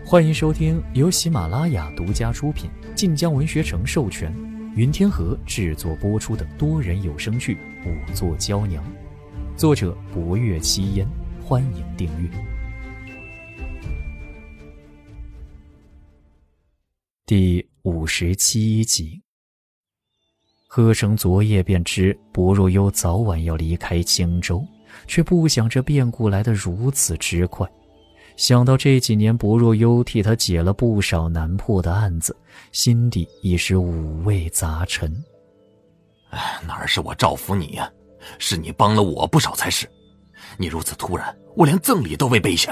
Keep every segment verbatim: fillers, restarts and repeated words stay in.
欢迎收听由喜马拉雅独家出品、晋江文学城授权、云天河制作播出的多人有声剧《五座娇娘》，作者博月七烟。欢迎订阅。第五十七集。贺成昨夜便知薄若幽早晚要离开青州，却不想这变故来得如此之快。想到这几年薄若幽替他解了不少难破的案子，心底已是五味杂陈。 哎，哪儿是我照拂你呀、啊？是你帮了我不少才是。你如此突然，我连赠礼都未备选。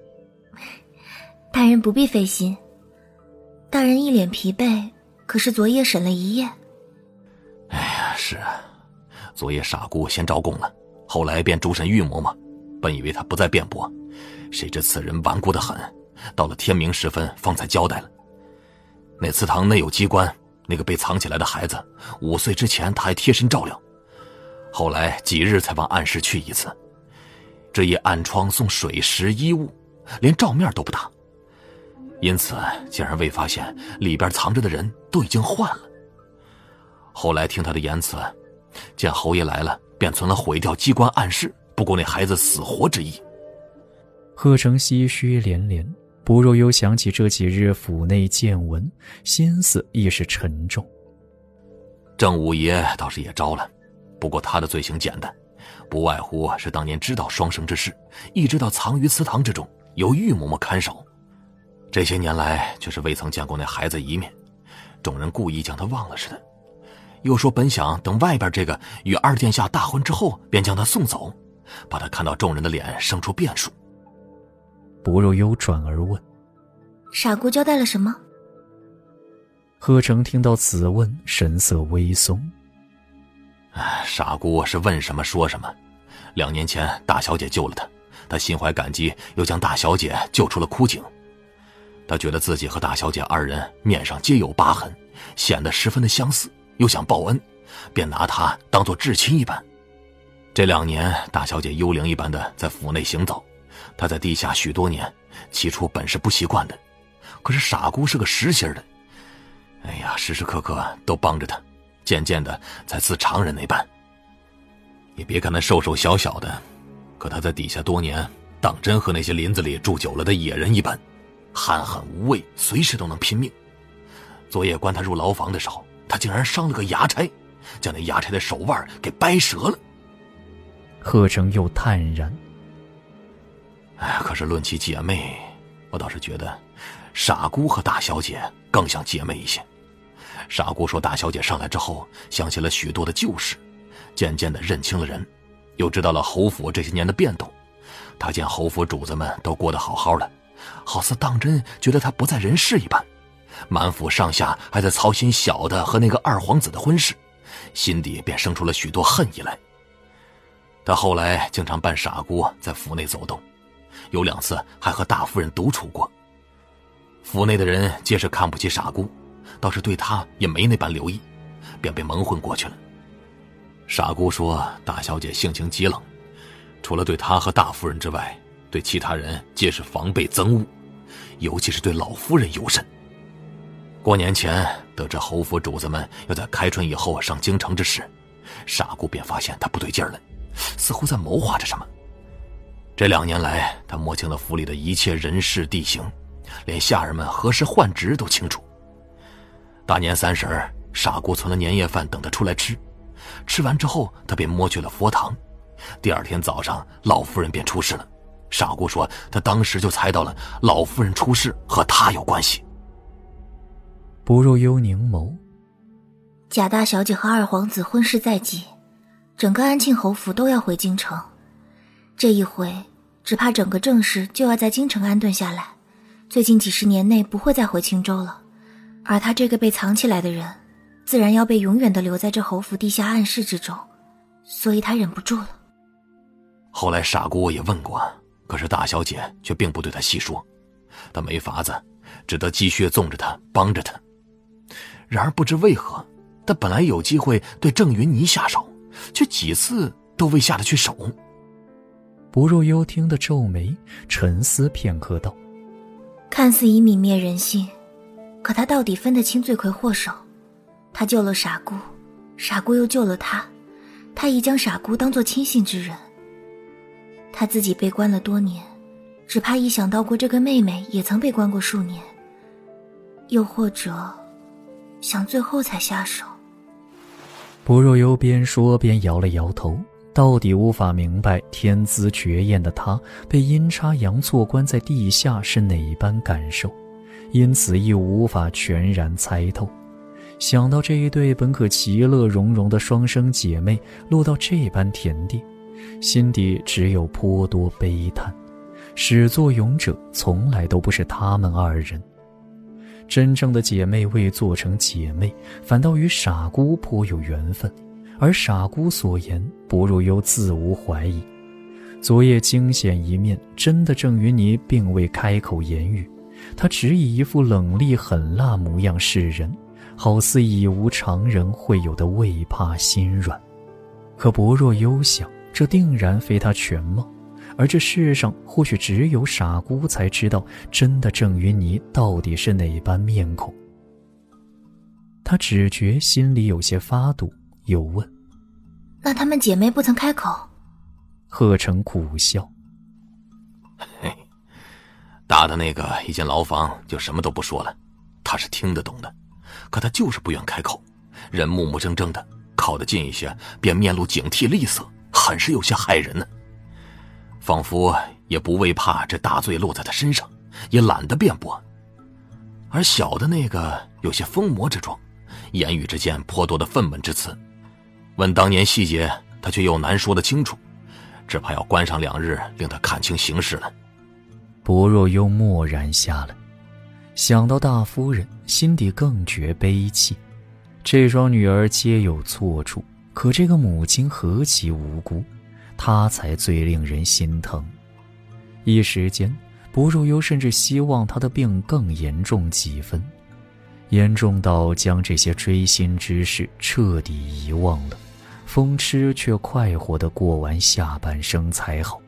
大人不必费心。大人一脸疲惫，可是昨夜审了一夜。 哎呀，是啊，昨夜傻姑先招供了，后来便主审玉嬷嬷。本以为她不再辩驳，谁知此人顽固得很，到了天明时分方才交代了。那祠堂内有机关，那个被藏起来的孩子，五岁之前他还贴身照料，后来几日才往暗室去一次。这夜暗窗送水食衣物，连照面都不打，因此竟然未发现里边藏着的人都已经换了。后来听他的言辞，见侯爷来了，便存了毁掉机关暗室，不顾那孩子死活之意。 贺成唏嘘连连，薄若幽想起这几日府内见闻，心思亦是沉重。 郑五爷倒是也招了，不过他的罪行简单，不外乎是当年知道双生之事，一直到藏于祠堂之中，由玉嬷嬷看守。这些年来却是未曾见过那孩子一面，众人故意将他忘了似的，又说本想等外边这个与二殿下大婚之后，便将他送走，怕他看到众人的脸生出变数。 薄若幽转而问： 傻姑交代了什么？ 贺成听到此问，神色微松。 傻姑是问什么说什么。两年前大小姐救了他，他心怀感激，又将大小姐救出了枯井。他觉得自己和大小姐二人面上皆有疤痕，显得十分的相似，又想报恩，便拿她当作至亲一般。这两年大小姐幽灵一般的在府内行走，他在地下许多年，起初本是不习惯的，可是傻姑是个实心的，哎呀，时时刻刻都帮着他，渐渐的才似常人那般。你别看他瘦瘦小小的，可他在底下多年，当真和那些林子里住久了的野人一般，憨狠无畏，随时都能拼命。昨夜关他入牢房的时候，他竟然伤了个牙差，将那牙差的手腕给掰折了。 贺成又叹然： 哎，可是论起姐妹，我倒是觉得傻姑和大小姐更像姐妹一些。傻姑说大小姐上来之后，想起了许多的旧事，渐渐地认清了人，又知道了侯府这些年的变动。她见侯府主子们都过得好好的，好似当真觉得她不在人世一般，满府上下还在操心小的和那个二皇子的婚事，心底便生出了许多恨意来。她后来经常伴傻姑在府内走动，有两次还和大夫人独处过。府内的人皆是看不起傻姑，倒是对她也没那般留意，便被蒙混过去了。傻姑说大小姐性情极冷，除了对她和大夫人之外，对其他人皆是防备憎恶，尤其是对老夫人尤甚。过年前得知侯府主子们要在开春以后上京城之时，傻姑便发现她不对劲儿了，似乎在谋划着什么。这两年来，她摸清了府里的一切人事地形，连下人们何时换职都清楚。大年三十儿，傻姑存了年夜饭等她出来吃，吃完之后她便摸去了佛堂。第二天早上，老夫人便出事了。傻姑说她当时就猜到了老夫人出事和她有关系。 薄若幽凝眸： 贾大小姐和二皇子婚事在即，整个安庆侯府都要回京城，这一回只怕整个郑氏就要在京城安顿下来，最近几十年内不会再回青州了。而他这个被藏起来的人，自然要被永远地留在这侯府地下暗室之中，所以他忍不住了。 后来傻姑也问过，可是大小姐却并不对他细说，他没法子，只得积靴纵着他，帮着他。然而不知为何，他本来有机会对郑云霓下手，却几次都未下得去手。 薄若幽听得皱眉，沉思片刻道： 看似以泯灭人性，可他到底分得清罪魁祸首。他救了傻姑，傻姑又救了他，他已将傻姑当作亲信之人。他自己被关了多年，只怕一想到过这个妹妹也曾被关过数年，又或者想最后才下手。 薄若幽边说边摇了摇头，到底无法明白天资绝艳的他被阴差阳错关在地下是哪般感受，因此亦无法全然猜透。想到这一对本可其乐融融的双生姐妹落到这般田地，心底只有颇多悲叹。始作俑者从来都不是他们二人，真正的姐妹未做成姐妹，反倒与傻姑颇有缘分。而傻姑所言，薄若幽自无怀疑。昨夜惊险一面，真的郑云霓并未开口言语，她只以一副冷厉狠辣模样示人，好似已无常人会有的畏怕心软。可薄若幽想，这定然非她全貌，而这世上或许只有傻姑才知道真的郑云霓到底是哪般面孔。她只觉心里有些发堵，又问： 那她们姐妹不曾开口？ 贺成苦笑： 嘿，大的那个一进牢房就什么都不说了，他是听得懂的，可他就是不愿开口，人目目睁睁的，靠得近一些便面露警惕厉色，很是有些害人呢。仿佛也不畏怕这大罪落在他身上，也懒得辩驳。而小的那个有些疯魔之状，言语之间颇多的愤懑之词，问当年细节他却又难说得清楚，只怕要关上两日令他看清形势了。 薄若幽默然下来，想到大夫人，心底更觉悲戚。这双女儿皆有错处，可这个母亲何其无辜，她才最令人心疼。一时间，薄若幽甚至希望她的病更严重几分，严重到将这些锥心之事彻底遗忘了，风痴却快活地过完下半生才好。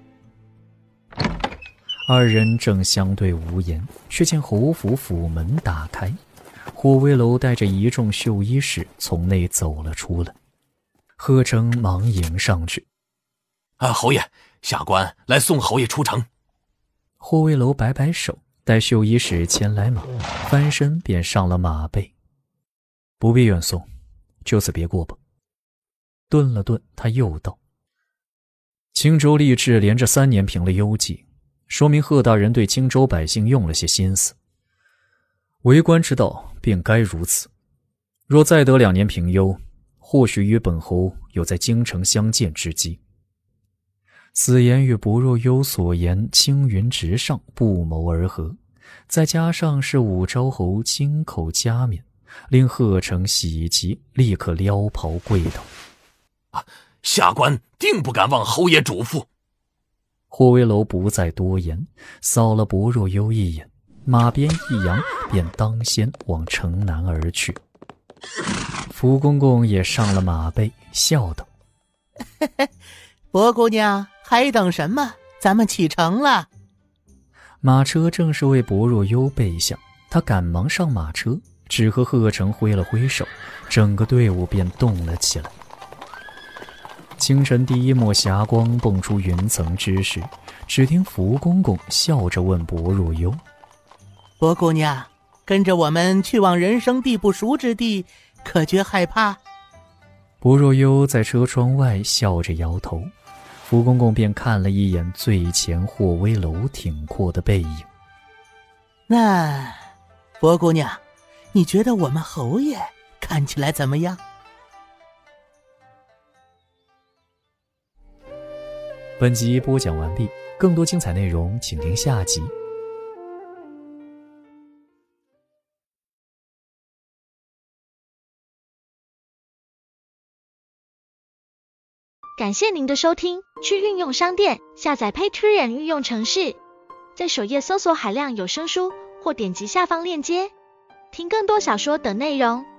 二人正相对无言，却见侯府府门打开，霍威楼带着一众绣衣使从内走了出来。贺成忙迎上去： 啊，侯爷，下官来送侯爷出城。 霍威楼摆摆手，带绣衣使牵来马，翻身便上了马背。不必远送，就此别过吧。顿了顿，他又道：青州吏治连着三年平了幽寂，说明贺大人对青州百姓用了些心思。为官之道便该如此，若再得两年平幽，或许与本侯有在京城相见之机。此言与薄若幽所言青云直上不谋而合，再加上是武昭侯亲口加冕，令贺成喜极，立刻撩袍跪倒： 啊，下官定不敢忘侯爷嘱咐。 霍威楼不再多言，扫了薄若幽一眼，马鞭一扬，便当先往城南而去。福公公也上了马背，笑道： 薄姑娘还等什么？咱们启程了。 马车正是为薄若幽备下，他赶忙上马车，只和贺成挥了挥手，整个队伍便动了起来。清晨第一抹霞光蹦出云层之时，只听福公公笑着问薄若幽： 薄姑娘，跟着我们去往人生地不熟之地，可觉害怕？ 薄若幽在车窗外笑着摇头，福公公便看了一眼最前霍威楼挺阔的背影。 那薄姑娘，你觉得我们侯爷看起来怎么样？ 本集播讲完毕，更多精彩内容请听下集。 感谢您的收听，去运用商店下载 Patreon 运用程式，在首页搜索海量有声书，或点击下方链接听更多小说等内容。